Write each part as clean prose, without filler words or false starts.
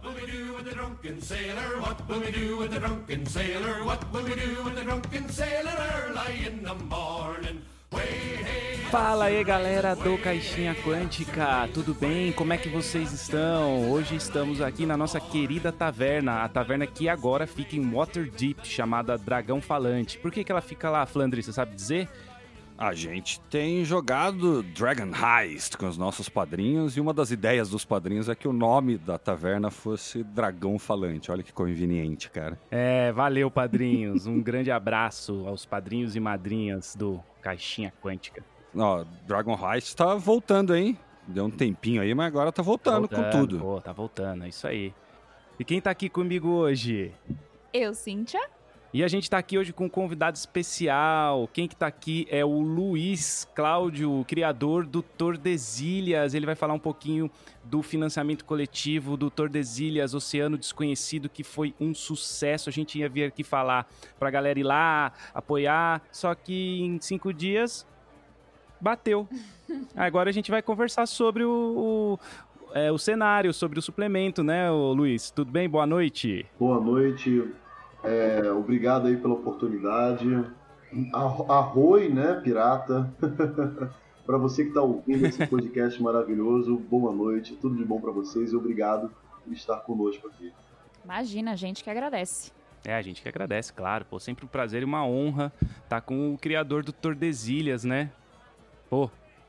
will we do with the drunken sailor? What will we do with the drunken sailor? What will we do with the drunken sailor early in the morning? Fala aí galera do Caixinha Quântica, tudo bem? Como é que vocês estão? Hoje estamos aqui na nossa querida taverna, a taverna que agora fica em Waterdeep, chamada Dragão Falante. Por que ela fica lá, Flandre, você sabe dizer? A gente tem jogado Dragon Heist com os nossos padrinhos e uma das ideias dos padrinhos é que o nome da taverna fosse Dragão Falante. Olha que conveniente, cara. Valeu, padrinhos. Um grande abraço aos padrinhos e madrinhas do Caixinha Quântica. Ó, Dragon Heist tá voltando, hein? Deu um tempinho aí, mas agora tá voltando com tudo. Pô, tá voltando, é isso aí. E quem tá aqui comigo hoje? Eu, Cíntia. E a gente tá aqui hoje com um convidado especial. Quem que tá aqui é o Luiz Cláudio, o criador do Tordesilhas. Ele vai falar um pouquinho do financiamento coletivo do Tordesilhas, Oceano Desconhecido, que foi um sucesso. A gente ia vir aqui falar pra galera ir lá, apoiar, só que em 5 dias bateu. Agora a gente vai conversar sobre o cenário, sobre o suplemento, né, Luiz? Tudo bem? Boa noite. Boa noite. Obrigado aí pela oportunidade. Arroi, né, pirata? Para você que está ouvindo esse podcast maravilhoso, boa noite, tudo de bom para vocês e obrigado por estar conosco aqui. Imagina, a gente que agradece. A gente que agradece, claro. Pô, sempre um prazer e uma honra estar com o criador do Tordesilhas, né? Pô,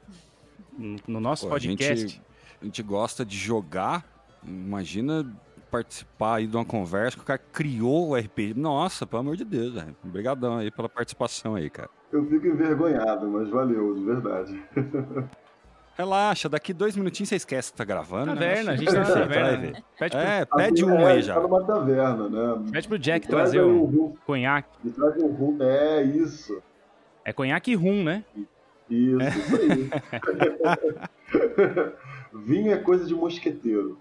no nosso podcast. A gente gosta de jogar, imagina participar aí de uma conversa que o cara criou o RPG. Nossa, pelo amor de Deus, velho. Obrigadão aí pela participação aí, cara. Eu fico envergonhado, mas valeu, de verdade. Relaxa, daqui 2 minutinhos você esquece que tá gravando. Taverna, né? a gente tá na taverna. Pede um aí já. Tá numa taverna, né? Pede pro Jack trazer um conhaque. Me traz um rum, isso. É conhaque e rum, né? Isso aí. Vinho é coisa de mosqueteiro.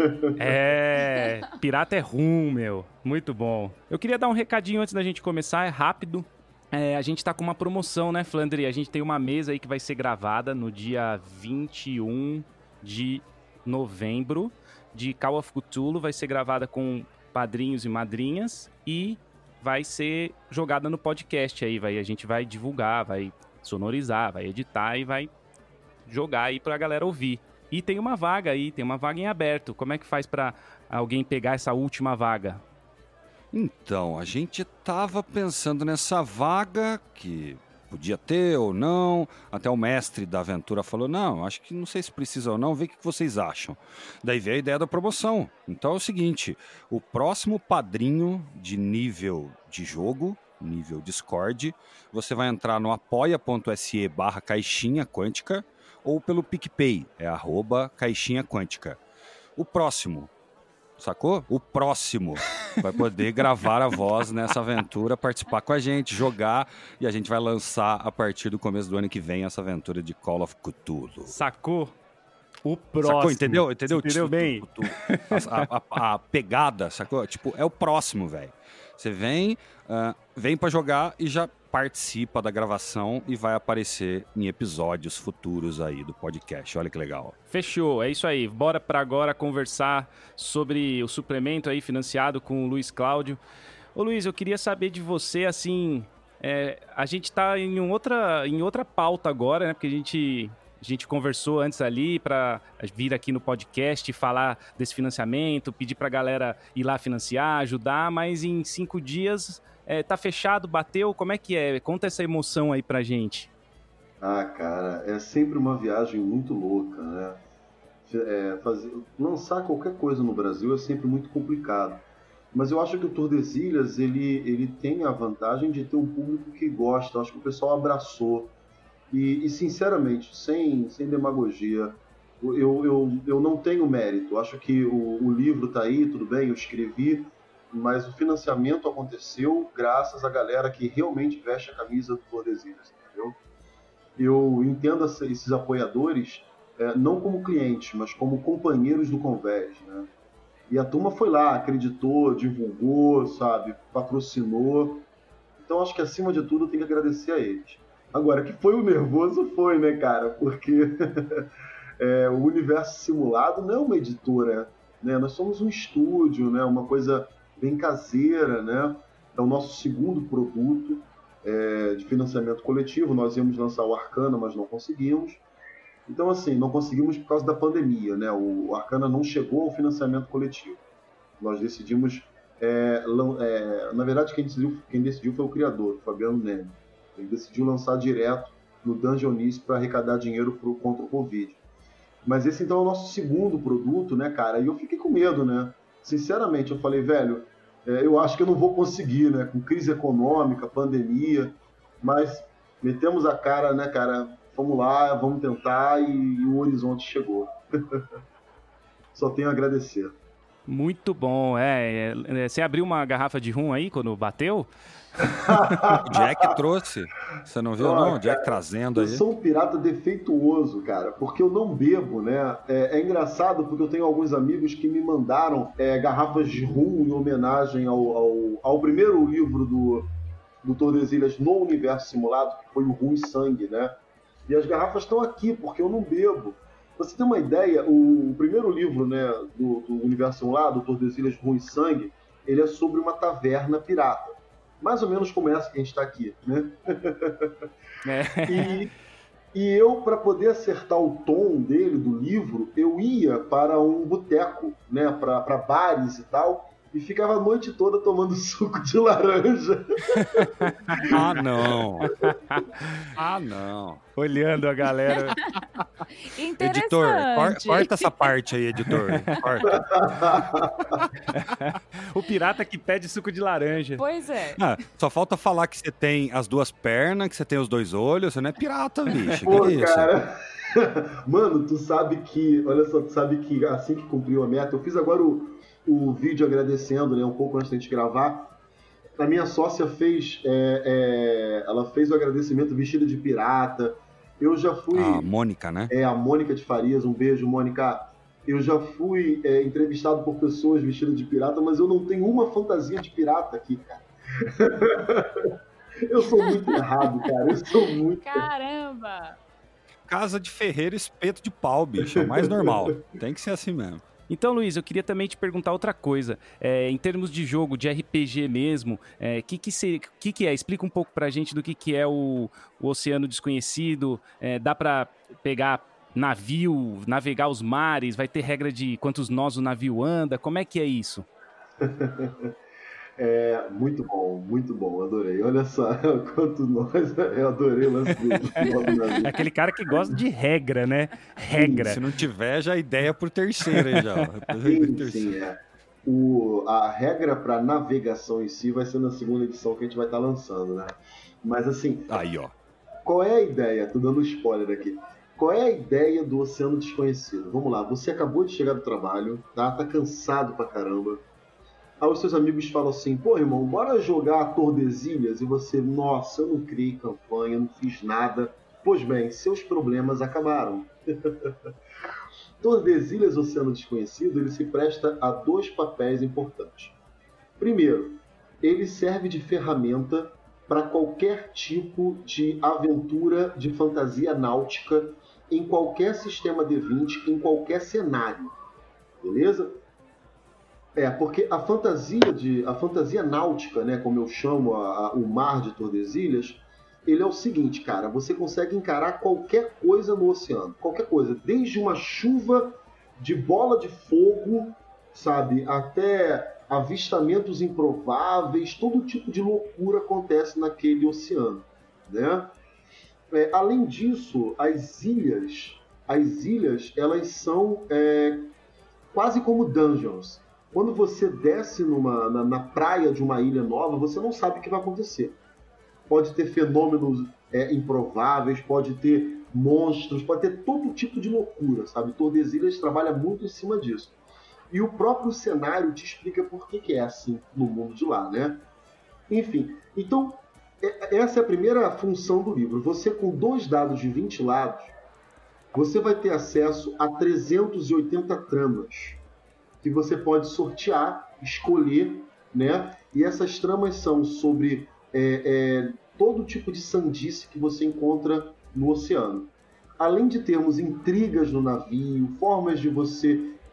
Pirata é rum, meu. Muito bom. Eu queria dar um recadinho antes da gente começar, é rápido. A gente tá com uma promoção, né, Flandre? A gente tem uma mesa aí que vai ser gravada no dia 21 de novembro de Call of Cthulhu. Vai ser gravada com padrinhos e madrinhas e vai ser jogada no podcast aí. A gente vai divulgar, vai sonorizar, vai editar e vai jogar aí pra galera ouvir. E tem uma vaga aí, tem uma vaga em aberto. Como é que faz pra alguém pegar essa última vaga? Então, a gente tava pensando nessa vaga que podia ter ou não. Até o mestre da aventura falou, não, acho que não sei se precisa ou não, vê o que vocês acham. Daí veio a ideia da promoção. Então é o seguinte, o próximo padrinho de nível de jogo, nível Discord, você vai entrar no apoia.se/caixinha quântica ou pelo PicPay, @caixinha quântica. O próximo, sacou? O próximo vai poder gravar a voz nessa aventura, participar com a gente, jogar, e a gente vai lançar a partir do começo do ano que vem essa aventura de Call of Cthulhu. Sacou? O próximo. Sacou? Entendeu? Entendeu bem? A pegada, sacou? Tipo, é o próximo, velho. Você vem pra jogar e já participa da gravação e vai aparecer em episódios futuros aí do podcast. Olha que legal. Fechou, é isso aí. Bora pra agora conversar sobre o suplemento aí financiado com o Luiz Cláudio. Ô Luiz, eu queria saber de você, assim, a gente tá em outra pauta agora, né? Porque a gente conversou antes ali para vir aqui no podcast falar desse financiamento, pedir pra galera ir lá financiar, ajudar, mas em 5 dias tá fechado, bateu, como é que é? Conta essa emoção aí pra gente. Cara, é sempre uma viagem muito louca, né? Lançar qualquer coisa no Brasil é sempre muito complicado. Mas eu acho que o Tordesilhas, ele tem a vantagem de ter um público que gosta. Eu acho que o pessoal abraçou. E sinceramente, sem demagogia, eu não tenho mérito. Acho que o livro está aí, tudo bem, eu escrevi, mas o financiamento aconteceu graças à galera que realmente veste a camisa do Tordesilhas, entendeu? Eu entendo esses apoiadores não como clientes, mas como companheiros do Convés, né? E a turma foi lá, acreditou, divulgou, sabe, patrocinou. Então acho que acima de tudo eu tenho que agradecer a eles. Agora, que foi o nervoso foi, né, cara? Porque o Universo Simulado não é uma editora né? Nós somos um estúdio, né? Uma coisa bem caseira, né? É o nosso segundo produto de financiamento coletivo. Nós íamos lançar o Arcana, mas não conseguimos. Então, assim, não conseguimos por causa da pandemia, né? O Arcana não chegou ao financiamento coletivo. Nós decidimos... na verdade, quem decidiu foi o criador, o Fabiano Neme. Ele decidiu lançar direto no Dungeonice para arrecadar dinheiro contra o Covid. Mas esse, então, é o nosso segundo produto, né, cara? E eu fiquei com medo, né? Sinceramente, eu falei, velho, eu acho que eu não vou conseguir, né? Com crise econômica, pandemia, mas metemos a cara, né, cara? Vamos lá, vamos tentar e o horizonte chegou. Só tenho a agradecer. Muito bom, Você abriu uma garrafa de rum aí quando bateu? O Jack trouxe. Você não viu, não? O Jack trazendo aí. Eu sou um pirata defeituoso, cara, porque eu não bebo, né? É engraçado porque eu tenho alguns amigos que me mandaram garrafas de rum em homenagem ao primeiro livro do Tordesilhas no Universo Simulado, que foi o Rum e Sangue, né? E as garrafas estão aqui, porque eu não bebo. Pra você ter uma ideia, o primeiro livro, né, do Universo Simulado, o Tordesilhas Rum e Sangue, ele é sobre uma taverna pirata. Mais ou menos como essa que a gente está aqui, né? E eu, para poder acertar o tom dele, do livro, eu ia para um boteco, né, para bares e tal, e ficava a noite toda tomando suco de laranja. Ah, não. Ah, não. Olhando a galera. Editor, corta essa parte aí, editor. Corta. O pirata que pede suco de laranja. Pois é. Só falta falar que você tem as duas pernas, que você tem os dois olhos. Você não é pirata, bicho. Pô, que isso? cara. Mano, tu sabe que... Olha só, tu sabe que assim que cumpriu a meta... Eu fiz agora o vídeo agradecendo, né? Um pouco antes da gente gravar. A minha sócia fez... ela fez o agradecimento vestida de pirata. Eu já fui... A Mônica, né? A Mônica de Farias. Um beijo, Mônica. Eu já fui entrevistado por pessoas vestidas de pirata, mas eu não tenho uma fantasia de pirata aqui, cara. Eu sou muito errado, cara. Eu sou muito... Caramba! Casa de ferreiro, espeto de pau, bicho. É o mais normal. Tem que ser assim mesmo. Então, Luiz, eu queria também te perguntar outra coisa. Em termos de jogo, de RPG mesmo, que é? Explica um pouco pra gente do que é o Oceano Desconhecido. Dá pra pegar navio, navegar os mares? Vai ter regra de quantos nós o navio anda? Como é que é isso? Muito bom, adorei. Olha só, quanto nós, eu adorei o lance do navio. É aquele cara que gosta de regra, né? Regra. Se não tiver, já ideia por terceiro aí já. Sim. A regra para navegação em si vai ser na segunda edição que a gente vai estar lançando, né? Mas assim, aí, ó. Qual é a ideia? Tô dando spoiler aqui. Qual é a ideia do Oceano Desconhecido? Vamos lá, você acabou de chegar do trabalho, tá cansado pra caramba. Aí os seus amigos falam assim, pô, irmão, bora jogar Tordesilhas? E você, nossa, eu não criei campanha, não fiz nada. Pois bem, seus problemas acabaram. Tordesilhas Oceano Desconhecido, ele se presta a dois papéis importantes. Primeiro, ele serve de ferramenta para qualquer tipo de aventura de fantasia náutica em qualquer sistema D20, em qualquer cenário. Beleza? Porque a fantasia náutica, né, como eu chamo o mar de Tordesilhas, ele é o seguinte, cara, você consegue encarar qualquer coisa no oceano, qualquer coisa, desde uma chuva de bola de fogo, sabe, até avistamentos improváveis, todo tipo de loucura acontece naquele oceano, né? Além disso, as ilhas, elas são quase como dungeons. Quando você desce na praia de uma ilha nova, você não sabe o que vai acontecer. Pode ter fenômenos improváveis, pode ter monstros, pode ter todo tipo de loucura, sabe? Tordesilhas trabalha muito em cima disso. E o próprio cenário te explica por que é assim no mundo de lá, né? Enfim, então, essa é a primeira função do livro. Você, com 2 dados de 20 lados, você vai ter acesso a 380 tramas que você pode sortear, escolher, né? E essas tramas são sobre todo tipo de sandice que você encontra no oceano. Além de termos intrigas no navio, formas de você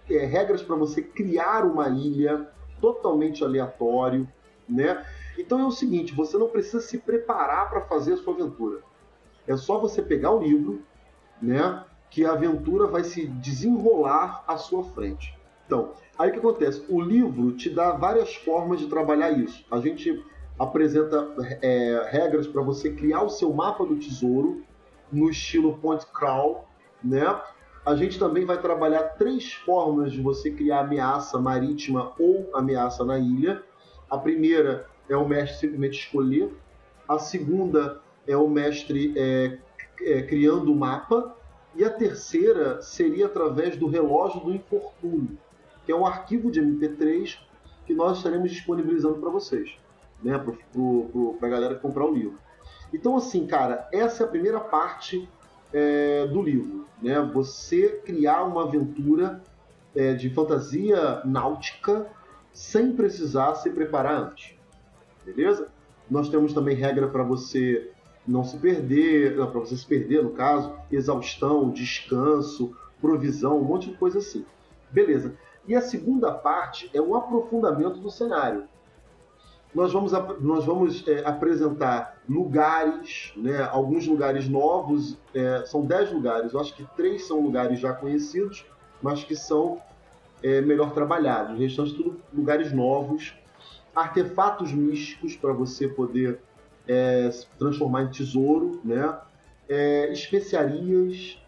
regras para você criar uma ilha totalmente aleatório, né? Então é o seguinte, você não precisa se preparar para fazer a sua aventura. É só você pegar o livro, né, que a aventura vai se desenrolar à sua frente. Então, aí o que acontece? O livro te dá várias formas de trabalhar isso. A gente apresenta regras para você criar o seu mapa do tesouro no estilo point crawl, né? A gente também vai trabalhar 3 formas de você criar ameaça marítima ou ameaça na ilha. A primeira é o mestre simplesmente escolher. A segunda é o mestre criando o mapa. E a terceira seria através do relógio do infortúnio, que é um arquivo de MP3 que nós estaremos disponibilizando para vocês, né? Para a galera comprar o livro. Então, assim, cara, essa é a primeira parte do livro, né? Você criar uma aventura de fantasia náutica sem precisar se preparar antes, beleza? Nós temos também regra para você não se perder, para você se perder, no caso, exaustão, descanso, provisão, um monte de coisa assim. Beleza. E a segunda parte é o aprofundamento do cenário. Nós vamos apresentar lugares, né, alguns lugares novos, são 10 lugares, eu acho que 3 são lugares já conhecidos, mas que são melhor trabalhados. O restante tudo lugares novos, artefatos místicos para você poder se transformar em tesouro, né? Especiarias,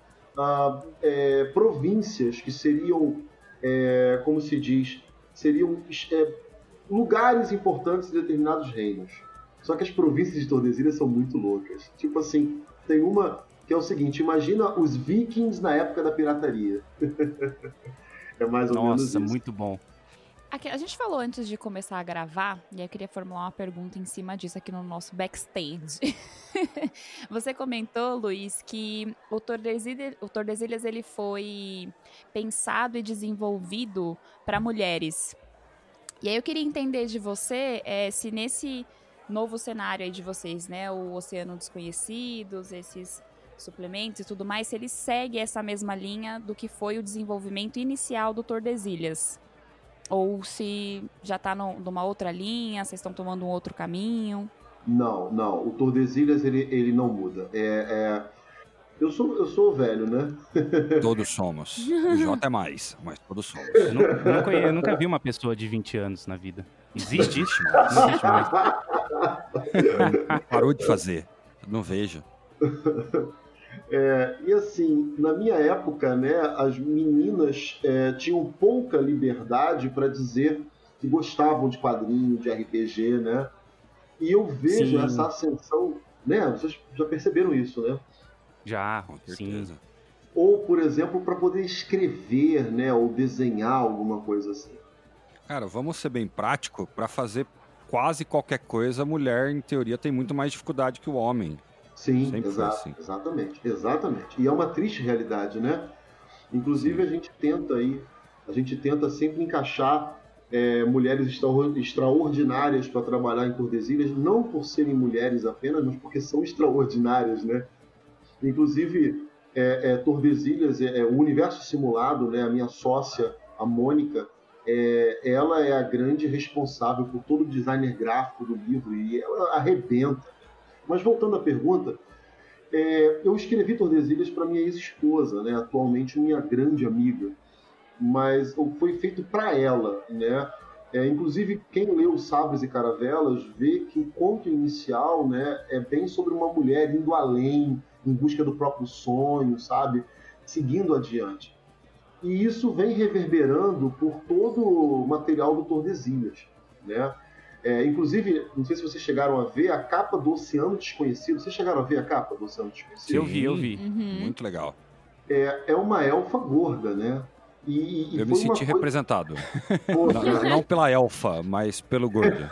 províncias que seriam, como se diz, seriam lugares importantes de determinados reinos. Só que as províncias de Tordesilhas são muito loucas. Tipo assim, tem uma que é o seguinte, imagina os vikings na época da pirataria. É mais ou menos isso. Nossa, muito bom. Aqui, a gente falou antes de começar a gravar, e eu queria formular uma pergunta em cima disso aqui no nosso backstage. Você comentou, Luiz, que o Tordesilhas ele foi pensado e desenvolvido para mulheres. E aí eu queria entender de você se nesse novo cenário aí de vocês, né, o Oceano Desconhecidos, esses suplementos e tudo mais, se ele segue essa mesma linha do que foi o desenvolvimento inicial do Tordesilhas. Ou se já está numa outra linha, vocês estão tomando um outro caminho? Não. O Tordesilhas, ele não muda. Eu sou velho, né? Todos somos. O Jota é mais, mas todos somos. Eu nunca vi uma pessoa de 20 anos na vida. Existe isso? Não existe mais. Parou de fazer. Não vejo. E assim, na minha época, né, as meninas tinham pouca liberdade para dizer que gostavam de quadrinho, de RPG, né? E eu vejo Sim. essa ascensão, né? Vocês já perceberam isso, né? Já, Com certeza. sim. Ou, por exemplo, para poder escrever, né, ou desenhar alguma coisa assim. Cara, vamos ser bem prático. Para fazer quase qualquer coisa, a mulher, em teoria, tem muito mais dificuldade que o homem. Sim, Sempre foi assim. exatamente. E é uma triste realidade, né? Inclusive, a gente tenta sempre encaixar mulheres extraordinárias para trabalhar em Tordesilhas, não por serem mulheres apenas, mas porque são extraordinárias, né? Inclusive, Tordesilhas, o universo simulado, né? A minha sócia, a Mônica, ela é a grande responsável por todo o designer gráfico do livro e ela arrebenta. Mas voltando à pergunta, eu escrevi Tordesilhas para minha ex-esposa, né? Atualmente minha grande amiga, mas foi feito para ela, né? Inclusive, quem leu Sabres e Caravelas vê que o conto inicial, né, é bem sobre uma mulher indo além, em busca do próprio sonho, sabe? Seguindo adiante. E isso vem reverberando por todo o material do Tordesilhas, né? Inclusive, não sei se vocês chegaram a ver a capa do Oceano Desconhecido. Vocês chegaram a ver a capa do Oceano Desconhecido? Eu vi. Uhum. Muito legal. É uma elfa gorda, né? E Eu foi me senti uma representado. coisa... Não pela elfa, mas pelo gordo.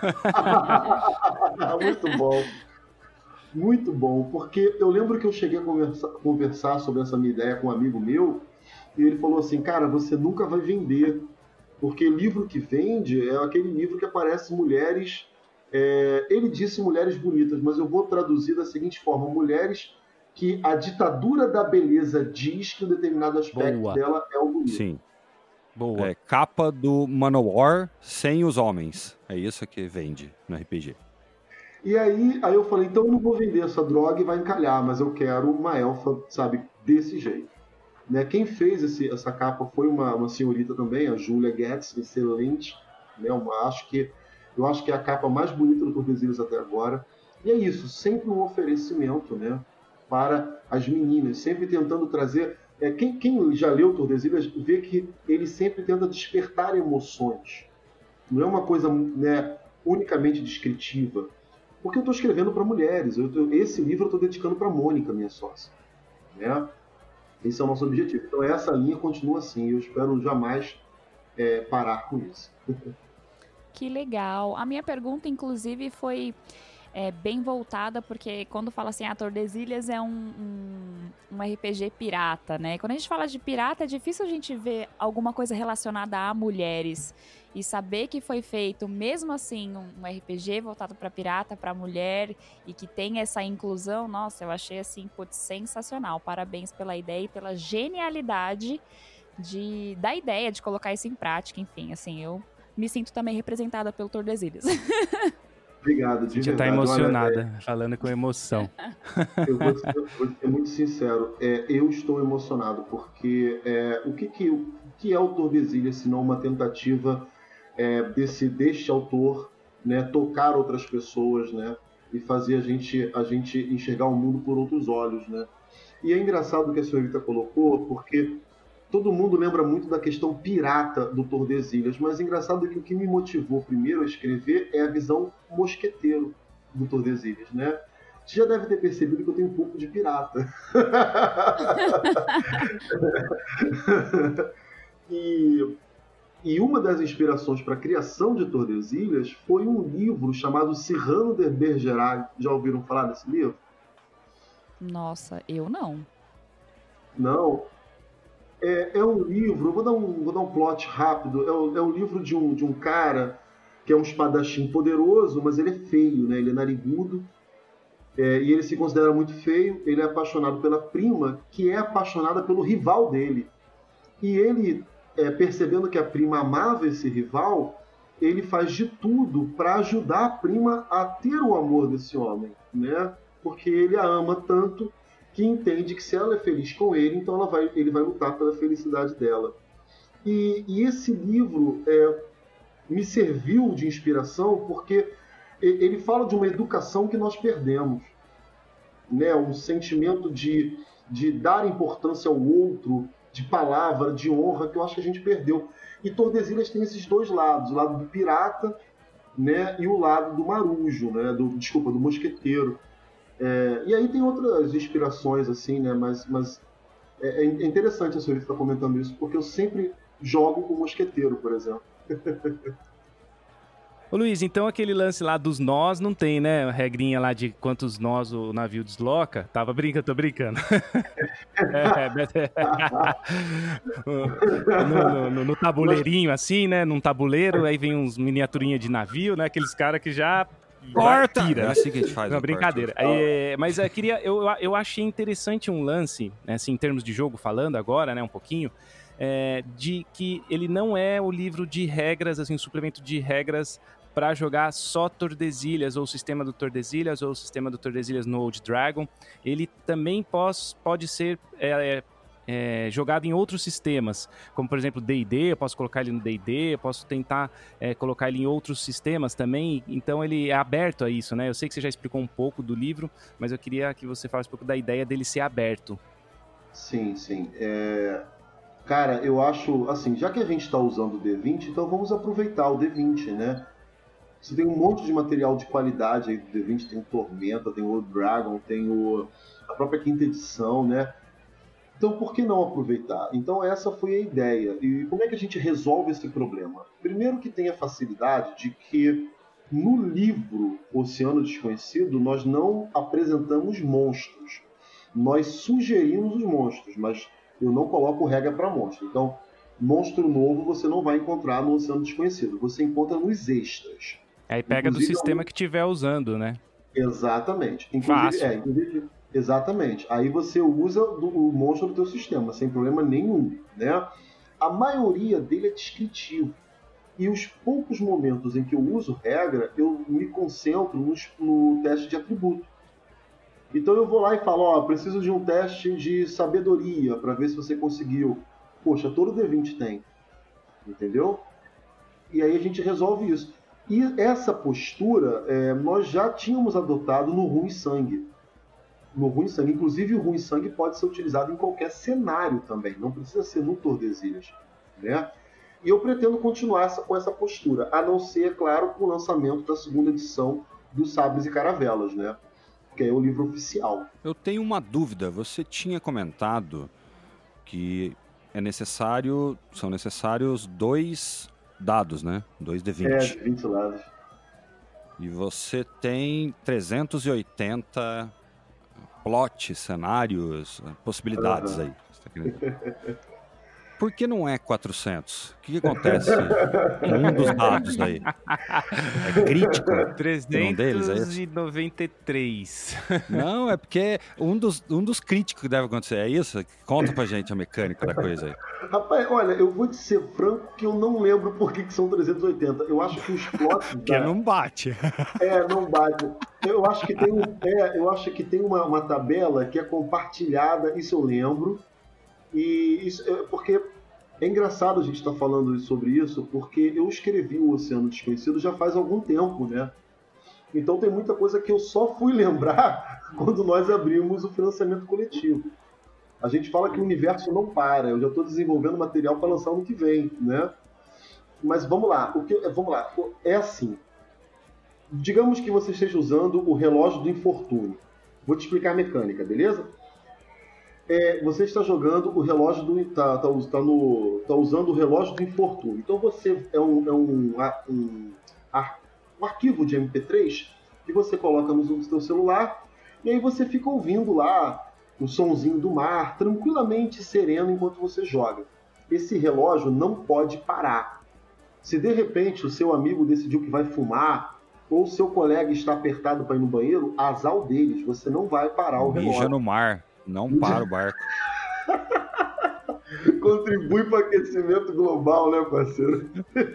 Muito bom. Muito bom, porque eu lembro que eu cheguei a conversar sobre essa minha ideia com um amigo meu, e ele falou assim, cara, você nunca vai vender, porque livro que vende é aquele livro que aparece mulheres, ele disse mulheres bonitas, mas eu vou traduzir da seguinte forma, mulheres que a ditadura da beleza diz que um determinado aspecto Boa. dela é o bonito. Sim. Boa. Capa do Manowar sem os homens. É isso que vende no RPG. E aí eu falei, então eu não vou vender essa droga e vai encalhar, mas eu quero uma elfa, sabe, desse jeito. Né? Quem fez essa capa foi uma senhorita também, a Julia Getz, excelente. Né? Eu acho que é a capa mais bonita do Tordesilhas até agora. E é isso, sempre um oferecimento, né, para as meninas, sempre tentando trazer... Quem já leu Tordesilhas vê que ele sempre tenta despertar emoções. Não é uma coisa, né, unicamente descritiva. Porque eu estou escrevendo para mulheres. Esse livro eu estou dedicando para a Mônica, minha sócia. Né? Esse é o nosso objetivo. Então essa linha continua assim. Eu espero jamais parar com isso. Que legal. A minha pergunta, inclusive, foi bem voltada, porque quando fala assim, Tordesilhas é um RPG pirata, né? Quando a gente fala de pirata, é difícil a gente ver alguma coisa relacionada a mulheres. E saber que foi feito, mesmo assim, um RPG voltado para pirata, para mulher, e que tem essa inclusão, nossa, eu achei assim, sensacional. Parabéns pela ideia e pela genialidade da ideia de colocar isso em prática. Enfim, assim, eu me sinto também representada pelo Tordesilhas. Obrigado, de verdade. Já está emocionada, falando com emoção. Eu vou ser muito sincero, eu estou emocionado, porque o que é o Tordesilhas, se não uma tentativa deste autor, né, tocar outras pessoas, né, e fazer a gente enxergar o mundo por outros olhos, né? E é engraçado o que a senhorita colocou, porque todo mundo lembra muito da questão pirata do Tordesilhas, mas é engraçado que o que me motivou primeiro a escrever é a visão mosqueteiro do Tordesilhas, né? Você já deve ter percebido que eu tenho um pouco de pirata. E uma das inspirações para a criação de Tordesilhas foi um livro chamado Cyrano de Bergerac. Já ouviram falar desse livro? Nossa, eu não. Não? É um livro, eu vou dar um plot rápido, é um livro de um cara que é um espadachim poderoso, mas ele é feio, né? Ele é narigudo, e ele se considera muito feio, ele é apaixonado pela prima, que é apaixonada pelo rival dele. E ele, percebendo que a prima amava esse rival, ele faz de tudo para ajudar a prima a ter o amor desse homem, né? Porque ele a ama tanto que entende que se ela é feliz com ele, então ele vai lutar pela felicidade dela. E esse livro me serviu de inspiração porque ele fala de uma educação que nós perdemos, né? Um sentimento de dar importância ao outro, de palavra, de honra, que eu acho que a gente perdeu. E Tordesilhas tem esses dois lados, o lado do pirata, né, e o lado do marujo, né, do mosqueteiro. E aí tem outras inspirações, assim, né? Mas é interessante a senhorita estar comentando isso, porque eu sempre jogo com mosqueteiro, por exemplo. Ô Luiz, então aquele lance lá dos nós não tem, né? A regrinha lá de quantos nós o navio desloca. Tô brincando. No tabuleirinho assim, né? Num tabuleiro, aí vem uns miniaturinha de navio, né? Aqueles caras que já... Corta! Tira. É assim que a gente faz. Não, brincadeira. Mas eu achei interessante um lance, né, assim, em termos de jogo falando agora, né, um pouquinho, de que ele não é o livro de regras, assim, um suplemento de regras para jogar só Tordesilhas, ou o sistema do Tordesilhas, ou o sistema do Tordesilhas no Old Dragon. Ele também pode ser jogado em outros sistemas, como por exemplo D&D, eu posso colocar ele no D&D, eu posso tentar colocar ele em outros sistemas também, então ele é aberto a isso, né? Eu sei que você já explicou um pouco do livro, mas eu queria que você falasse um pouco da ideia dele ser aberto. Sim. Cara, eu acho, assim, já que a gente está usando o D20, então vamos aproveitar o D20, né? Você tem um monte de material de qualidade aí do D20, tem o Tormenta, tem o Old Dragon, tem a própria quinta edição, né? Então, por que não aproveitar? Então, essa foi a ideia. E como é que a gente resolve esse problema? Primeiro que tem a facilidade de que no livro Oceano Desconhecido nós não apresentamos monstros. Nós sugerimos os monstros, mas eu não coloco regra para monstro. Então, monstro novo você não vai encontrar no Oceano Desconhecido. Você encontra nos extras. Aí pega do sistema que estiver usando, né? Exatamente. Fácil. Exatamente. Aí você usa o monstro do teu sistema, sem problema nenhum, né? a maioria dele é descritivo. E os poucos momentos em que eu uso regra, eu me concentro no teste de atributo. Então eu vou lá e falo, preciso de um teste de sabedoria para ver se você conseguiu. Poxa, todo D20 tem. Entendeu? E aí a gente resolve isso. E essa postura nós já tínhamos adotado no Ruim Sangue. No Ruim Sangue. Inclusive o Ruim Sangue pode ser utilizado em qualquer cenário também. Não precisa ser no Tordesilhas. Né? E eu pretendo continuar com essa postura. A não ser, claro, com o lançamento da segunda edição do Sabres e Caravelas, né? Que é o livro oficial. Eu tenho uma dúvida. Você tinha comentado que são necessários 2 dados, né? 2 D20. 20 lados. E você tem 380 plots, cenários, possibilidades aí. Você tá querendo... Por que não é 400? O que acontece em um dos dados aí? É crítico? 393. Não, é porque um dos críticos que deve acontecer. É isso? Conta pra gente a mecânica da coisa aí. Rapaz, olha, eu vou te ser franco que eu não lembro por que são 380. Eu acho que os plots... Porque não bate. Não bate. Eu acho que tem uma tabela que é compartilhada, isso eu lembro. E isso porque é engraçado a gente estar falando sobre isso, porque eu escrevi o Oceano Desconhecido já faz algum tempo, né? Então tem muita coisa que eu só fui lembrar quando nós abrimos o financiamento coletivo. A gente fala que o universo não para, eu já estou desenvolvendo material para lançar ano que vem, né? Mas vamos lá, é assim. Digamos que você esteja usando o relógio do infortúnio. Vou te explicar a mecânica, beleza? Você está jogando o relógio tá usando o relógio do infortúnio. Então você um arquivo de MP3 que você coloca no seu celular e aí você fica ouvindo lá o sonzinho do mar, tranquilamente sereno enquanto você joga. Esse relógio não pode parar. Se de repente o seu amigo decidiu que vai fumar ou o seu colega está apertado para ir no banheiro, azar deles, você não vai parar o relógio. Mija no mar. Não para o barco. Contribui para o aquecimento global, né, parceiro?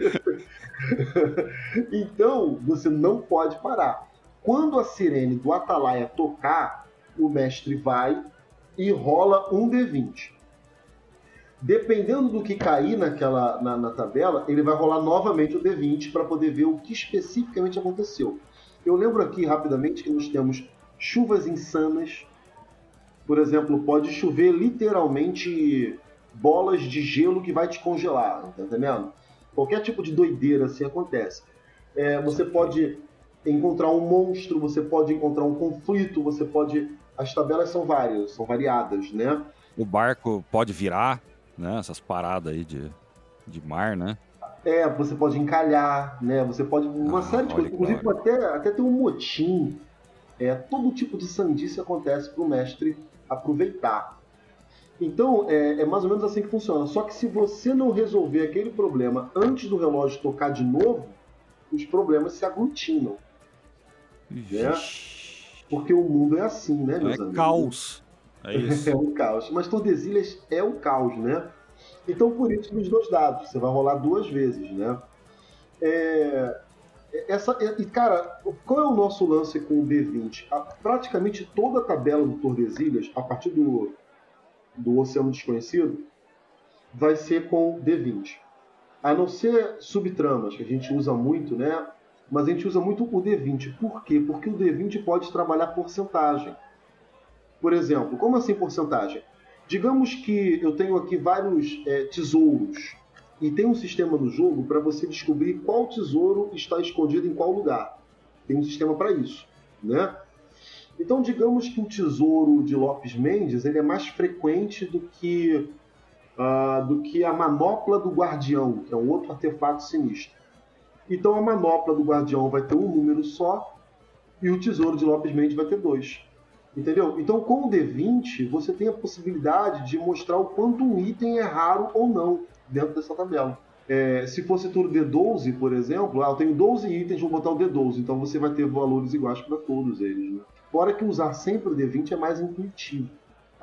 Então, você não pode parar. Quando a sirene do Atalaia tocar, o mestre vai e rola um D20. Dependendo do que cair na tabela, ele vai rolar novamente o D20 para poder ver o que especificamente aconteceu. Eu lembro aqui, rapidamente, que nós temos chuvas insanas. Por exemplo, pode chover literalmente bolas de gelo que vai te congelar, tá entendendo? Qualquer tipo de doideira assim acontece. Você pode encontrar um monstro, você pode encontrar um conflito, as tabelas são várias, são variadas, né? O barco pode virar, né? Essas paradas aí de mar, né? Você pode encalhar, né? Você pode... Uma série de coisas. Inclusive, até ter um motim. Todo tipo de sandice acontece para o mestre aproveitar. Então, é mais ou menos assim que funciona. Só que se você não resolver aquele problema antes do relógio tocar de novo, os problemas se aglutinam. Né? Porque o mundo é assim, né, meus amigos? É caos. É isso. É um caos. Mas Tordesilhas é o caos, né? Então, por isso, nos 2 dados. Você vai rolar 2 vezes, né? Cara, qual é o nosso lance com o D20? Praticamente toda a tabela do Tordesilhas, a partir do Oceano Desconhecido, vai ser com D20. A não ser subtramas, que a gente usa muito, né? Mas a gente usa muito o D20. Por quê? Porque o D20 pode trabalhar porcentagem. Por exemplo, como assim porcentagem? Digamos que eu tenho aqui vários tesouros. E tem um sistema no jogo para você descobrir qual tesouro está escondido em qual lugar. Tem um sistema para isso, né? Então, digamos que o tesouro de Lopes Mendes ele é mais frequente do que a manopla do Guardião, que é um outro artefato sinistro. Então, a manopla do Guardião vai ter um número só e o tesouro de Lopes Mendes vai ter 2. Entendeu? Então, com o D20, você tem a possibilidade de mostrar o quanto um item é raro ou não dentro dessa tabela. Se fosse tudo D12, por exemplo, eu tenho 12 itens, vou botar o D12, então você vai ter valores iguais para todos eles. Né? Fora que usar sempre o D20 é mais intuitivo.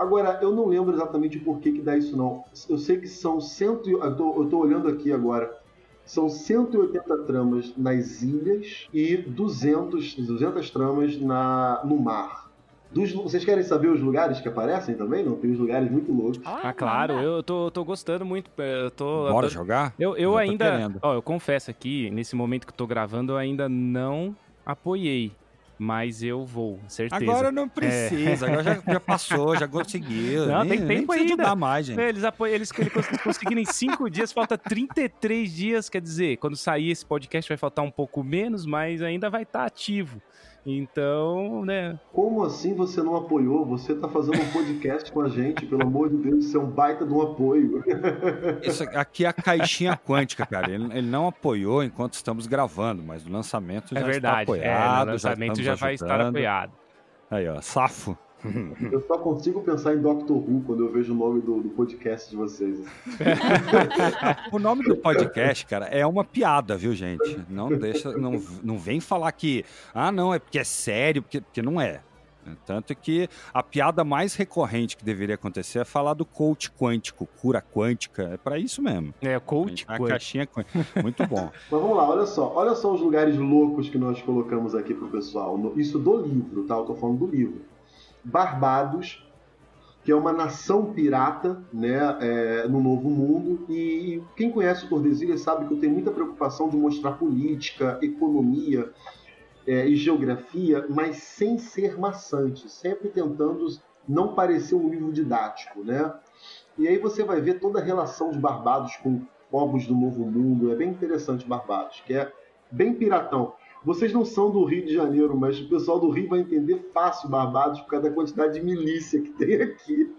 Agora, eu não lembro exatamente o porquê que dá isso, não. Eu sei que são eu tô olhando aqui agora. São 180 tramas nas ilhas e 200 tramas no mar. Vocês querem saber os lugares que aparecem também? Não, tem uns lugares muito loucos. Ah, claro, eu tô gostando muito. Bora jogar? Eu ainda, querendo. eu confesso aqui, nesse momento que eu tô gravando, eu ainda não apoiei. Mas eu vou, certeza. Agora não precisa, agora já passou, já conseguiu. Não, tem tempo nem ainda. Não mais, gente. Eles conseguiram em 5 dias, falta 33 dias, quer dizer, quando sair esse podcast vai faltar um pouco menos, mas ainda vai estar ativo. Então, né... Como assim você não apoiou? Você tá fazendo um podcast com a gente, pelo amor de Deus, isso é um baita de um apoio. Isso aqui é a caixinha quântica, cara. Ele não apoiou enquanto estamos gravando, mas no lançamento já está apoiado. No lançamento já vai estar apoiado. Aí, ó, safo. Eu só consigo pensar em Doctor Who quando eu vejo o nome do podcast de vocês. O nome do podcast, cara, é uma piada, viu, gente? Não vem falar que, não, é porque é sério, porque não é. Tanto que a piada mais recorrente que deveria acontecer é falar do coach quântico, cura quântica, é pra isso mesmo. É, coach quântico. A caixinha quântica, muito bom. Mas vamos lá, olha só os lugares loucos que nós colocamos aqui pro pessoal. Isso do livro, tá? Eu tô falando do livro. Barbados, que é uma nação pirata, né, no Novo Mundo, e quem conhece o Tordesilhas sabe que eu tenho muita preocupação de mostrar política, economia e geografia, mas sem ser maçante, sempre tentando não parecer um livro didático, né? E aí você vai ver toda a relação de Barbados com povos do Novo Mundo, é bem interessante Barbados, que é bem piratão. Vocês não são do Rio de Janeiro, mas o pessoal do Rio vai entender fácil Barbados por causa da quantidade de milícia que tem aqui.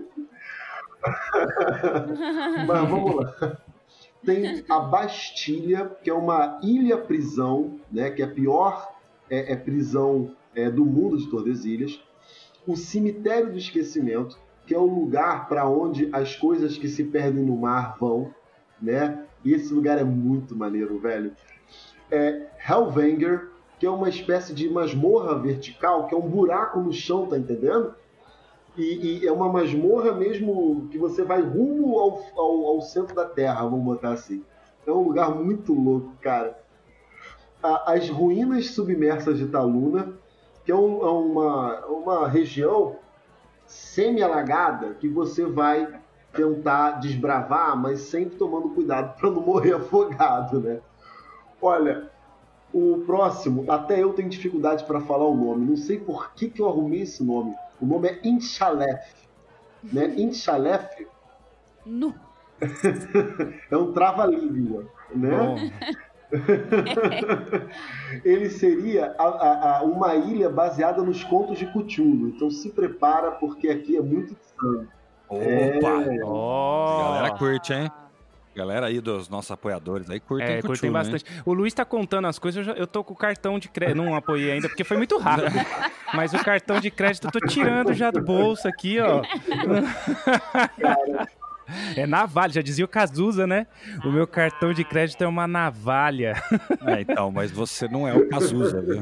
Mas vamos lá. Tem a Bastilha, que é uma ilha-prisão, né, que é a pior prisão do mundo de Tordesilhas. O Cemitério do Esquecimento, que é o lugar para onde as coisas que se perdem no mar vão, né? E esse lugar é muito maneiro, velho. Hellvanger, que é uma espécie de masmorra vertical, que é um buraco no chão, tá entendendo? E é uma masmorra mesmo que você vai rumo ao centro da Terra, vamos botar assim. É um lugar muito louco, cara. As ruínas submersas de Taluna, que é uma região semi-alagada que você vai tentar desbravar, mas sempre tomando cuidado para não morrer afogado, né? Olha, o próximo, até eu tenho dificuldade para falar o nome. Não sei por que eu arrumei esse nome. O nome é Inchalef. Né? Inchalef é um trava-língua. Né? Ele seria uma ilha baseada nos contos de Cthulhu. Então se prepara, porque aqui é muito insano. Opa! A galera curte, hein? Galera aí dos nossos apoiadores aí curtem Cthulhu, curtem bastante. Hein? O Luiz tá contando as coisas, eu tô com o cartão de crédito, não apoiei ainda, porque foi muito rápido. Mas o cartão de crédito eu tô tirando já do bolso aqui, ó. É navalha, já dizia o Cazuza, né? O meu cartão de crédito é uma navalha. Então, mas você não é o Cazuza, viu?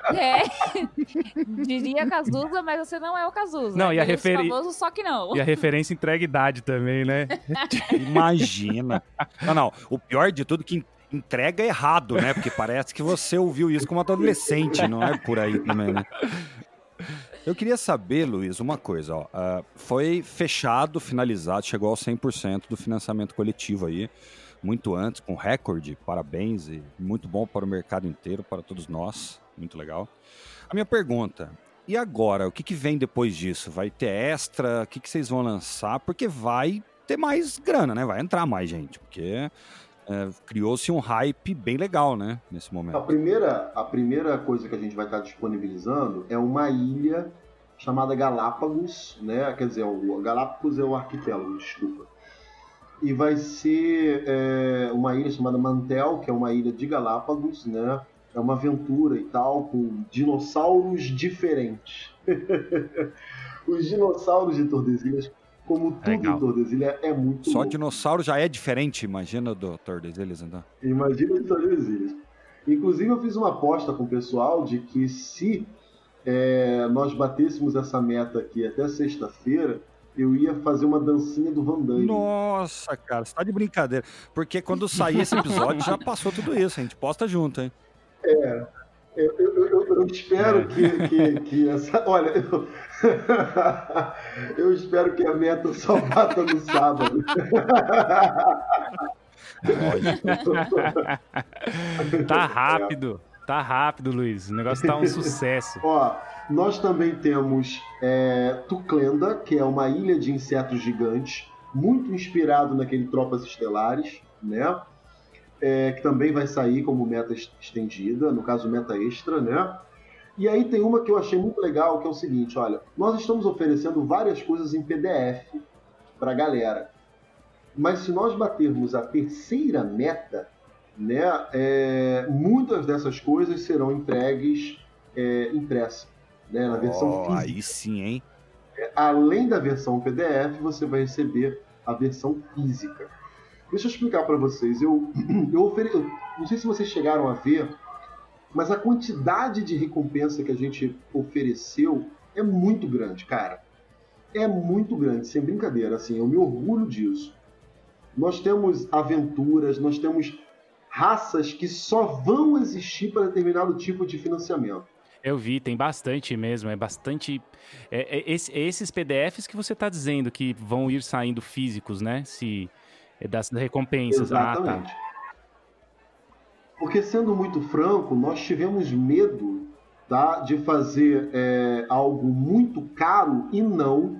Diria Cazuza, mas você não é o Cazuza. Não, e a referência. Famoso, só que não. E a referência entrega idade também, né? Imagina. Não, o pior de tudo é que entrega errado, né? Porque parece que você ouviu isso como adolescente, não é por aí também, né? Eu queria saber, Luiz, uma coisa, ó. Foi fechado, finalizado, chegou aos 100% do financiamento coletivo aí, muito antes, com recorde, parabéns, e muito bom para o mercado inteiro, para todos nós, muito legal. A minha pergunta, e agora, o que vem depois disso? Vai ter extra? O que vocês vão lançar? Porque vai ter mais grana, né? Vai entrar mais gente, porque... criou-se um hype bem legal, né, nesse momento. A primeira coisa que a gente vai estar disponibilizando é uma ilha chamada Galápagos, né? Quer dizer, o Galápagos é o arquipélago, desculpa. E vai ser uma ilha chamada Mantel, que é uma ilha de Galápagos, né? É uma aventura e tal, com dinossauros diferentes. Os dinossauros de Tordesilhas, como tudo em Tordesilhas, é muito Só louco. dinossauro já é diferente, imagina do Tordesilhas, então. Imagina de Tordesilhas. Inclusive, eu fiz uma aposta com o pessoal de que se nós batêssemos essa meta aqui até sexta-feira, eu ia fazer uma dancinha do Van Damme. Nossa, cara, você tá de brincadeira. Porque quando sair esse episódio, já passou tudo isso. A gente posta junto, hein? Eu espero que essa... Olha, eu espero que a meta só bata no sábado. Tá rápido, Luiz. O negócio tá um sucesso. Ó, nós também temos Tuclenda, que é uma ilha de insetos gigantes, muito inspirado naquele Tropas Estelares, né? Que também vai sair como meta estendida, no caso meta extra, né? E aí tem uma que eu achei muito legal, que é o seguinte, olha, nós estamos oferecendo várias coisas em PDF pra galera, mas se nós batermos a terceira meta, né, muitas dessas coisas serão entregues impressa, né, na versão física. Aí sim, hein? Além da versão PDF, você vai receber a versão física. Deixa eu explicar para vocês. Eu não sei se vocês chegaram a ver, mas a quantidade de recompensa que a gente ofereceu é muito grande, cara. É muito grande, sem brincadeira. Assim, eu me orgulho disso. Nós temos aventuras, nós temos raças que só vão existir para determinado tipo de financiamento. Eu vi, tem bastante mesmo, é bastante... esses PDFs que você está dizendo que vão ir saindo físicos, né? Das recompensas. Exatamente. Tá. Porque, sendo muito franco, nós tivemos medo, tá, de fazer algo muito caro e não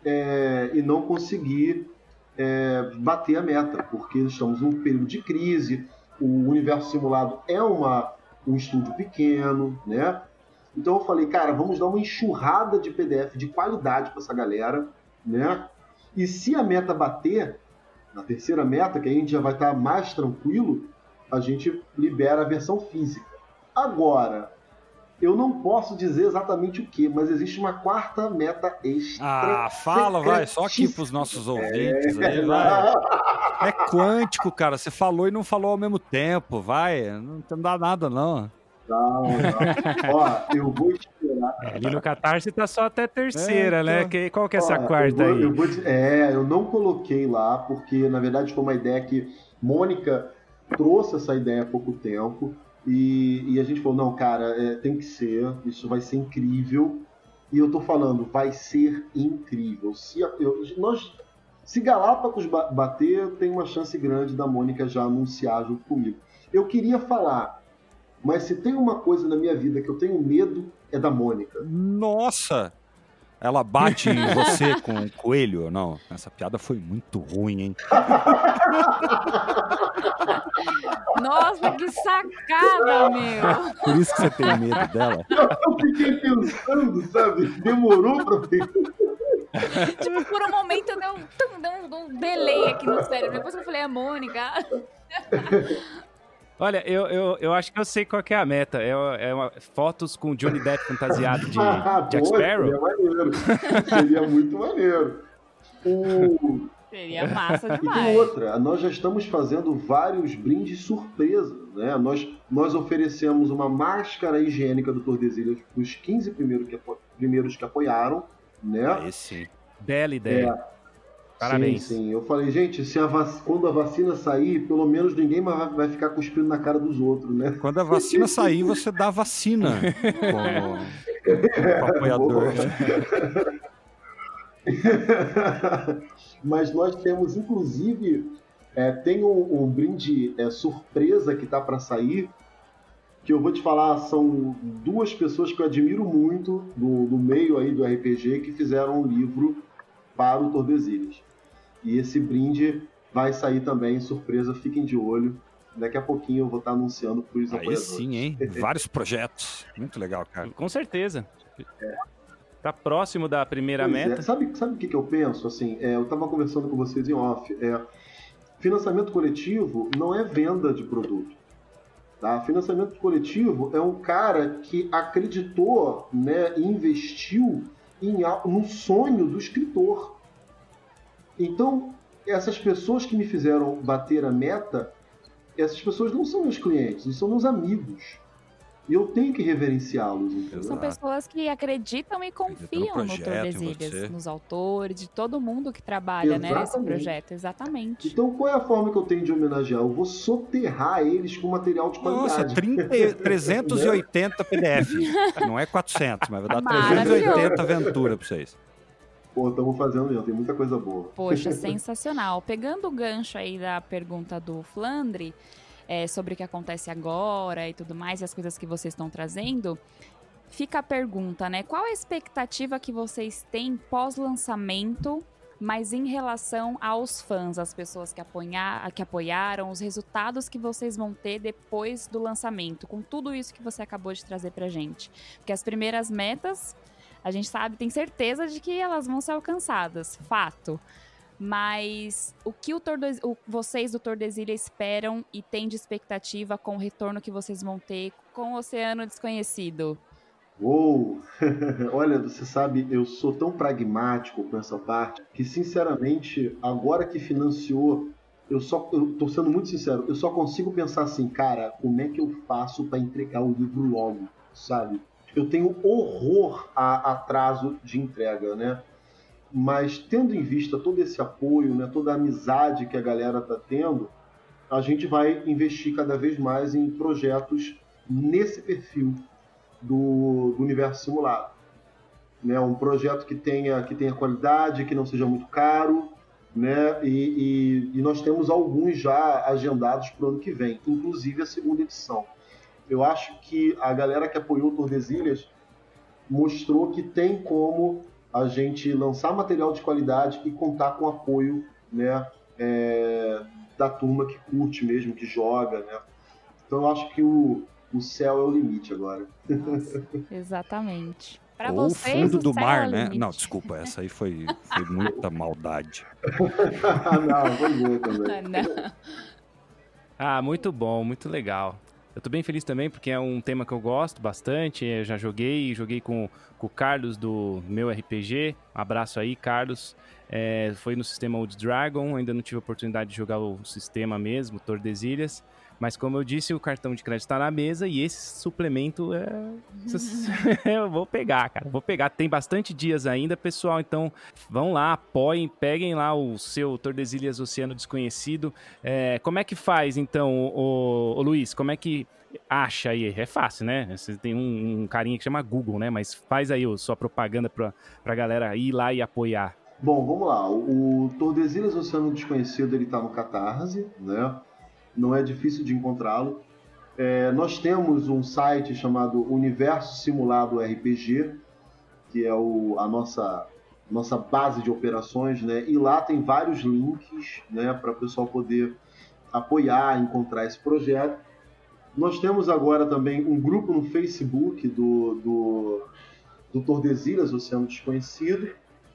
conseguir bater a meta, porque estamos num período de crise, o Universo Simulado é um estúdio pequeno, né? Então eu falei, cara, vamos dar uma enxurrada de PDF de qualidade para essa galera, né? E se a meta bater, na terceira meta, que a gente já vai estar mais tranquilo, a gente libera a versão física. Agora, eu não posso dizer exatamente o que, mas existe uma quarta meta extra. Fala, vai, só aqui pros nossos ouvintes aí, vai. É quântico, cara, você falou e não falou ao mesmo tempo, vai, não dá nada, não. Não. Ó, eu vou esperar. Ali no Catarse tá só até terceira, né? Qual que é essa quarta aí? Eu não coloquei lá, porque na verdade foi uma ideia que Mônica trouxe essa ideia há pouco tempo. E a gente falou, não, cara, tem que ser, isso vai ser incrível. E eu tô falando, vai ser incrível. Se Galápagos bater, tem uma chance grande da Mônica já anunciar junto comigo. Eu queria falar, mas se tem uma coisa na minha vida que eu tenho medo, é da Mônica. Nossa! Ela bate em você com um coelho ou não? Essa piada foi muito ruim, hein? Nossa, que sacada, meu! Por isso que você tem medo dela? Eu fiquei pensando, sabe? Demorou pra ver. Tipo, por um momento deu um delay aqui no cérebro. Depois que eu falei, Mônica... Olha, eu acho que eu sei qual que é a meta. Fotos com Johnny Depp fantasiado de Jack Sparrow. Seria maneiro. Seria muito maneiro. Seria massa E demais. tem outra, nós já estamos fazendo vários brindes surpresa, né? Nós oferecemos uma máscara higiênica do Tordesilhas para os 15 primeiros que apoiaram, né? Aí sim. Bela ideia. Parabéns. Sim. Eu falei, gente, quando a vacina sair, pelo menos ninguém mais vai ficar cuspindo na cara dos outros, né? Quando a vacina sair, você dá vacina com o apoiador. Mas nós temos, inclusive, tem um brinde surpresa que tá para sair, que eu vou te falar, são duas pessoas que eu admiro muito do meio aí do RPG que fizeram um livro para o Tordesilhas. E esse brinde vai sair também, surpresa, fiquem de olho. Daqui a pouquinho eu vou estar anunciando para os apoiadores. Aí sim, hein? Vários projetos. Muito legal, cara. Com certeza. Tá próximo da primeira meta. Sabe o que eu penso? Assim, eu estava conversando com vocês em off. Financiamento coletivo não é venda de produto. Tá? Financiamento coletivo é um cara que acreditou, né, e investiu no sonho do escritor. Então, essas pessoas que me fizeram bater a meta, essas pessoas não são meus clientes, eles são meus amigos. E eu tenho que reverenciá-los, entendeu? São pessoas que acreditam e confiam no Tordesilhas, nos autores, de todo mundo que trabalha, né, nesse projeto. Exatamente. Então, qual é a forma que eu tenho de homenagear? Eu vou soterrar eles com material de qualidade. Nossa, 380 PDF. Não é 400, mas vai dar 380 aventura pra vocês. Pô, estamos fazendo mesmo, tem muita coisa boa. Poxa, sensacional. Pegando o gancho aí da pergunta do Flandre, sobre o que acontece agora e tudo mais, e as coisas que vocês estão trazendo, fica a pergunta, né? Qual a expectativa que vocês têm pós-lançamento, mas em relação aos fãs, as pessoas que apoiaram, os resultados que vocês vão ter depois do lançamento, com tudo isso que você acabou de trazer pra gente? Porque as primeiras metas, a gente sabe, tem certeza de que elas vão ser alcançadas, fato. Mas o que vocês do Tordesilhas esperam e têm de expectativa com o retorno que vocês vão ter com o Oceano Desconhecido? Uou! Olha, você sabe, eu sou tão pragmático com essa parte que, sinceramente, agora que financiou, eu tô sendo muito sincero, eu só consigo pensar assim, cara, como é que eu faço para entregar o livro logo, sabe? Eu tenho horror a atraso de entrega, né? Mas tendo em vista todo esse apoio, né, toda a amizade que a galera está tendo, a gente vai investir cada vez mais em projetos nesse perfil do universo simulado. Né? Um projeto que tenha qualidade, que não seja muito caro, né? E nós temos alguns já agendados para o ano que vem, inclusive a segunda edição. Eu acho que a galera que apoiou o Tordesilhas mostrou que tem como a gente lançar material de qualidade e contar com o apoio, né, da turma que curte mesmo, que joga, né? Então eu acho que o céu é o limite agora. Nossa, exatamente. Pra Ou vocês, o fundo do mar, é né? Não, desculpa, essa aí foi muita maldade. Não, foi boa também. Não. Ah, muito bom, muito legal. Eu tô bem feliz também porque é um tema que eu gosto bastante. Eu já joguei com o Carlos do meu RPG. Abraço aí, Carlos. Foi no sistema Old Dragon, ainda não tive a oportunidade de jogar o sistema mesmo, Tordesilhas. Mas como eu disse, o cartão de crédito está na mesa e esse suplemento eu vou pegar, cara. Vou pegar. Tem bastante dias ainda, pessoal. Então vão lá, apoiem, peguem lá o seu Tordesilhas Oceano Desconhecido. Como é que faz, então, o Luiz? Como é que acha aí? É fácil, né? Você tem um carinha que chama Google, né? Mas faz aí a sua propaganda pra galera ir lá e apoiar. Bom, vamos lá. O Tordesilhas Oceano Desconhecido, ele tá no Catarse, né? Não é difícil de encontrá-lo. Nós temos um site chamado Universo Simulado RPG, que é a nossa base de operações, né? E lá tem vários links, né, para o pessoal poder apoiar, encontrar esse projeto. Nós temos agora também um grupo no Facebook do Tordesilhas Oceano Desconhecido.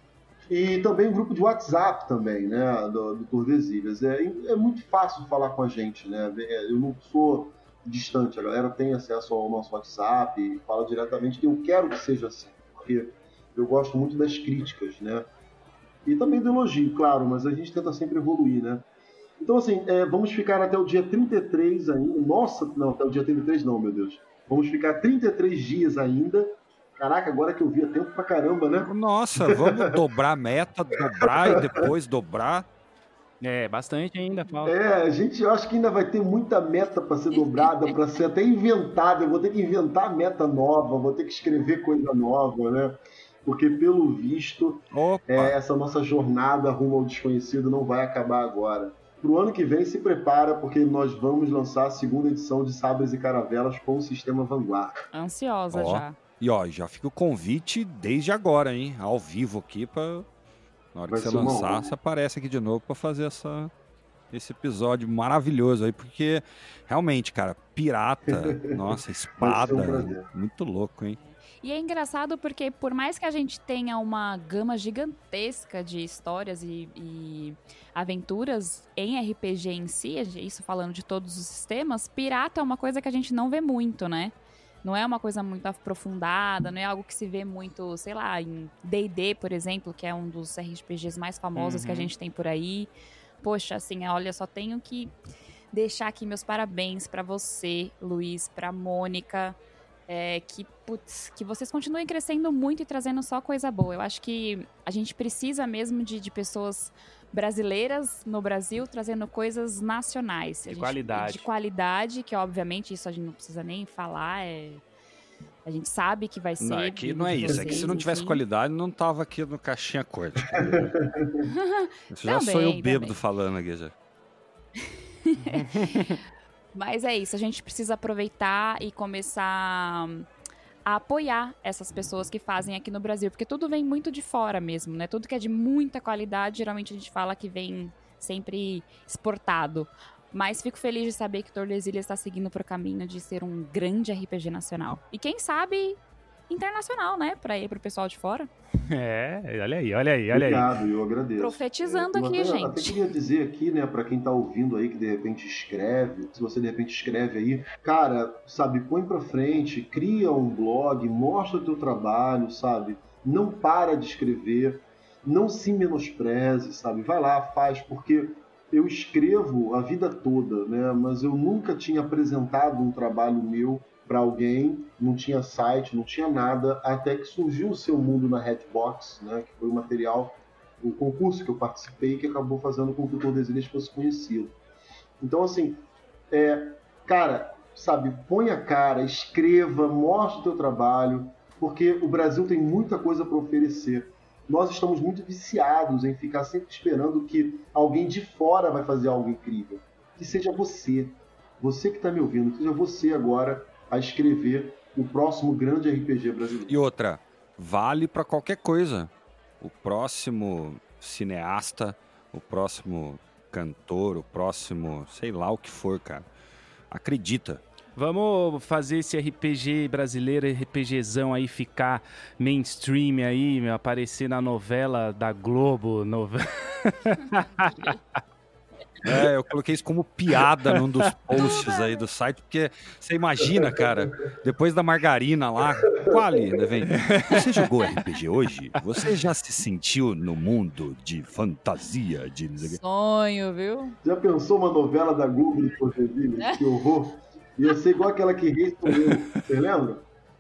E também um grupo de WhatsApp também, né, do Tordesilhas. É muito fácil falar com a gente, né? Eu não sou distante, a galera tem acesso ao nosso WhatsApp e fala diretamente. Eu quero que seja assim, porque eu gosto muito das críticas, né? E também do elogio, claro, mas a gente tenta sempre evoluir, né? Então, assim, vamos ficar até o dia 33 ainda. Nossa, não, até o dia 33 não, meu Deus. Vamos ficar 33 dias ainda. Caraca, agora que eu vi, é tempo pra caramba, né? Nossa, vamos dobrar a meta, dobrar e depois dobrar. Bastante ainda falta. Eu acho que ainda vai ter muita meta para ser dobrada, para ser até inventada. Eu vou ter que inventar meta nova, vou ter que escrever coisa nova, né? Porque, pelo visto, essa nossa jornada rumo ao desconhecido não vai acabar agora. Pro ano que vem, se prepara, porque nós vamos lançar a segunda edição de Sabres e Caravelas com o sistema Vanguard. Ansiosa já. E já fica o convite desde agora, hein? Ao vivo aqui, na hora que você lançar, você aparece aqui de novo para fazer esse episódio maravilhoso aí, porque realmente, cara, pirata, nossa, espada, muito louco, hein? E é engraçado porque por mais que a gente tenha uma gama gigantesca de histórias e aventuras em RPG em si, isso falando de todos os sistemas, pirata é uma coisa que a gente não vê muito, né? Não é uma coisa muito aprofundada, não é algo que se vê muito, sei lá, em D&D, por exemplo, que é um dos RPGs mais famosos que a gente tem por aí. Poxa, assim, olha, só tenho que deixar aqui meus parabéns pra você, Luiz, pra Mônica, que vocês continuem crescendo muito e trazendo só coisa boa. Eu acho que a gente precisa mesmo de pessoas brasileiras no Brasil trazendo coisas nacionais. Qualidade. De qualidade, que obviamente isso a gente não precisa nem falar, a gente sabe que vai ser. Não, não é isso. É que se não tivesse qualidade, não tava aqui no Caixinha Corte. Isso já sou eu bêbado falando aqui já. Mas é isso, a gente precisa aproveitar e começar a apoiar essas pessoas que fazem aqui no Brasil, porque tudo vem muito de fora mesmo, né? Tudo que é de muita qualidade, geralmente a gente fala que vem sempre exportado. Mas fico feliz de saber que Tordesilhas está seguindo pro caminho de ser um grande RPG nacional. E quem sabe internacional, né? Pra ir pro pessoal de fora. Olha aí. Obrigado, eu agradeço. Profetizando aqui, gente. Até queria dizer aqui, né, pra quem tá ouvindo aí que de repente escreve, se você de repente escreve aí, cara, sabe, põe pra frente, cria um blog, mostra o teu trabalho, sabe? Não para de escrever, não se menospreze, sabe? Vai lá, faz, porque eu escrevo a vida toda, né? Mas eu nunca tinha apresentado um trabalho meu para alguém, não tinha site, não tinha nada, até que surgiu o Seu Mundo na Hatbox, né? Que foi o material, o concurso que eu participei, que acabou fazendo com que o Tordesilhas fosse conhecido. Então, assim, cara, sabe, põe a cara, escreva, mostre o teu trabalho, porque o Brasil tem muita coisa para oferecer. Nós estamos muito viciados em ficar sempre esperando que alguém de fora vai fazer algo incrível. Que seja você que está me ouvindo, que seja você agora a escrever o próximo grande RPG brasileiro. E outra, vale para qualquer coisa. O próximo cineasta, o próximo cantor, o próximo, sei lá o que for, cara. Acredita. Vamos fazer esse RPG brasileiro, RPGzão aí, ficar mainstream aí, aparecer na novela da Globo. Eu coloquei isso como piada num dos posts aí do site, porque você imagina, cara, depois da margarina lá, Quali, né, vem? Você jogou RPG hoje? Você já se sentiu no mundo de fantasia? Sonho, viu? Já pensou uma novela da Globo de Tordesilhas? Que horror! Ia ser igual aquela que respondeu. Você lembra?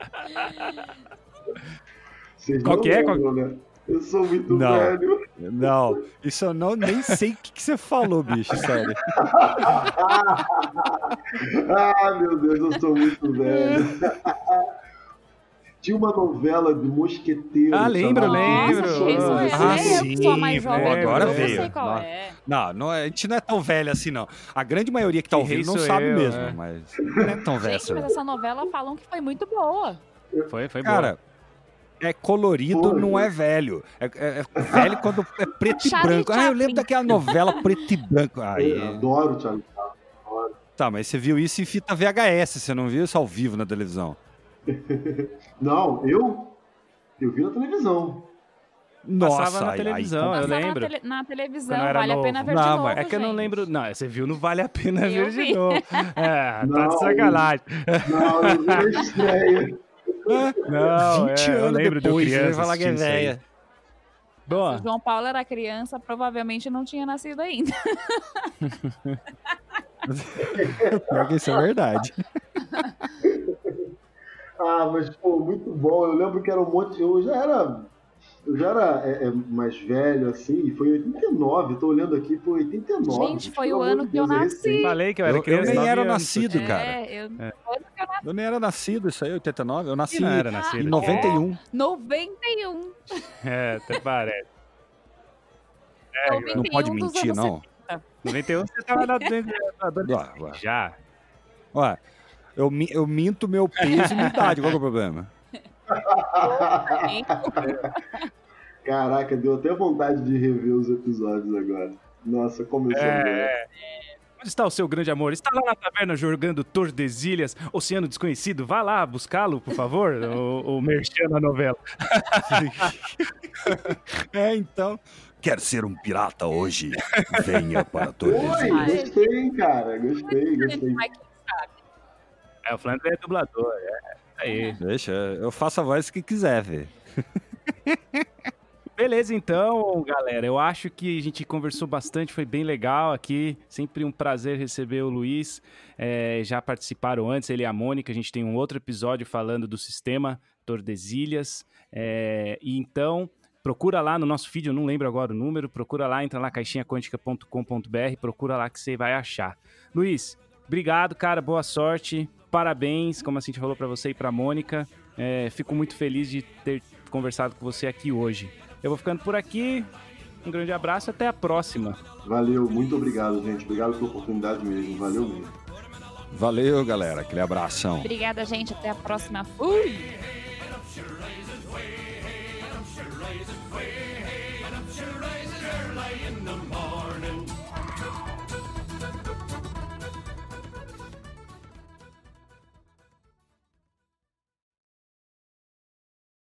Qual que é? Né? Eu sou muito velho. Não, isso eu nem sei o que você falou, bicho, sério. Meu Deus, eu sou muito velho. Tinha uma novela de mosqueteiro. Lembro. Eu sou mais jovem. Agora eu veio. Sei qual é. Não, a gente não é tão velho assim, não. A grande maioria que tá ouvindo não sabe mesmo, mas não é tão velho. Gente, mas essa novela falam que foi muito boa. Foi boa. Cara, é colorido, não é velho. É velho quando é preto e branco. Eu lembro daquela novela preto e branco. Eu adoro, Thiago. Tá, mas você viu isso em fita VHS, você não viu isso ao vivo na televisão? Não, eu vi na televisão. Nossa, passava na televisão, eu lembro. Na televisão, vale a pena ver de novo, é que eu não lembro. Não, você viu, não vale a pena ver de vi. novo. Tá de sacanagem. Não, eu vi na estreia. Não, 20 eu anos lembro depois, de criança vai falar que é assistindo isso aí. velha. Boa. Se o João Paulo era criança, provavelmente não tinha nascido ainda. Pior que isso é verdade. Mas, pô, muito bom. Eu lembro que era um monte. Eu já era mais velho, assim, e foi em 89, tô olhando aqui, foi 89. Gente, foi o ano que eu nasci. Falei que eu era criança. Eu nem era anos. nascido, cara. Eu Eu nem era nascido, isso aí, 89. Eu nasci não era nascido. em 91. 91. Até parece. 91 Não pode dos mentir, anos não. 91 você tava na adolescente já. Ué, eu minto meu peso e minha idade, qual que é o problema? Caraca, deu até vontade de rever os episódios agora. Nossa, como eu sou velho. Onde está o seu grande amor? Está lá na taverna jogando Tordesilhas, Oceano Desconhecido? Vá lá buscá-lo, por favor, o merchan na novela. Então... Quer ser um pirata hoje? Venha para Tordesilhas. Gostei, hein, cara. Gostei. O Flandre é dublador, aí. Deixa, eu faço a voz que quiser, velho. Beleza, então, galera. Eu acho que a gente conversou bastante, foi bem legal aqui. Sempre um prazer receber o Luiz. Já participaram antes, ele e a Mônica. A gente tem um outro episódio falando do sistema Tordesilhas. E então, procura lá no nosso feed, eu não lembro agora o número. Procura lá, entra lá, caixinhaquântica.com.br. Procura lá que você vai achar. Luiz, obrigado, cara. Boa sorte. Parabéns, como a gente falou para você e para a Mônica. Fico muito feliz de ter conversado com você aqui hoje. Eu vou ficando por aqui. Um grande abraço e até a próxima. Valeu, muito obrigado, gente. Obrigado pela oportunidade mesmo. Valeu mesmo. Valeu, galera. Aquele abração. Obrigada, gente. Até a próxima. Fui!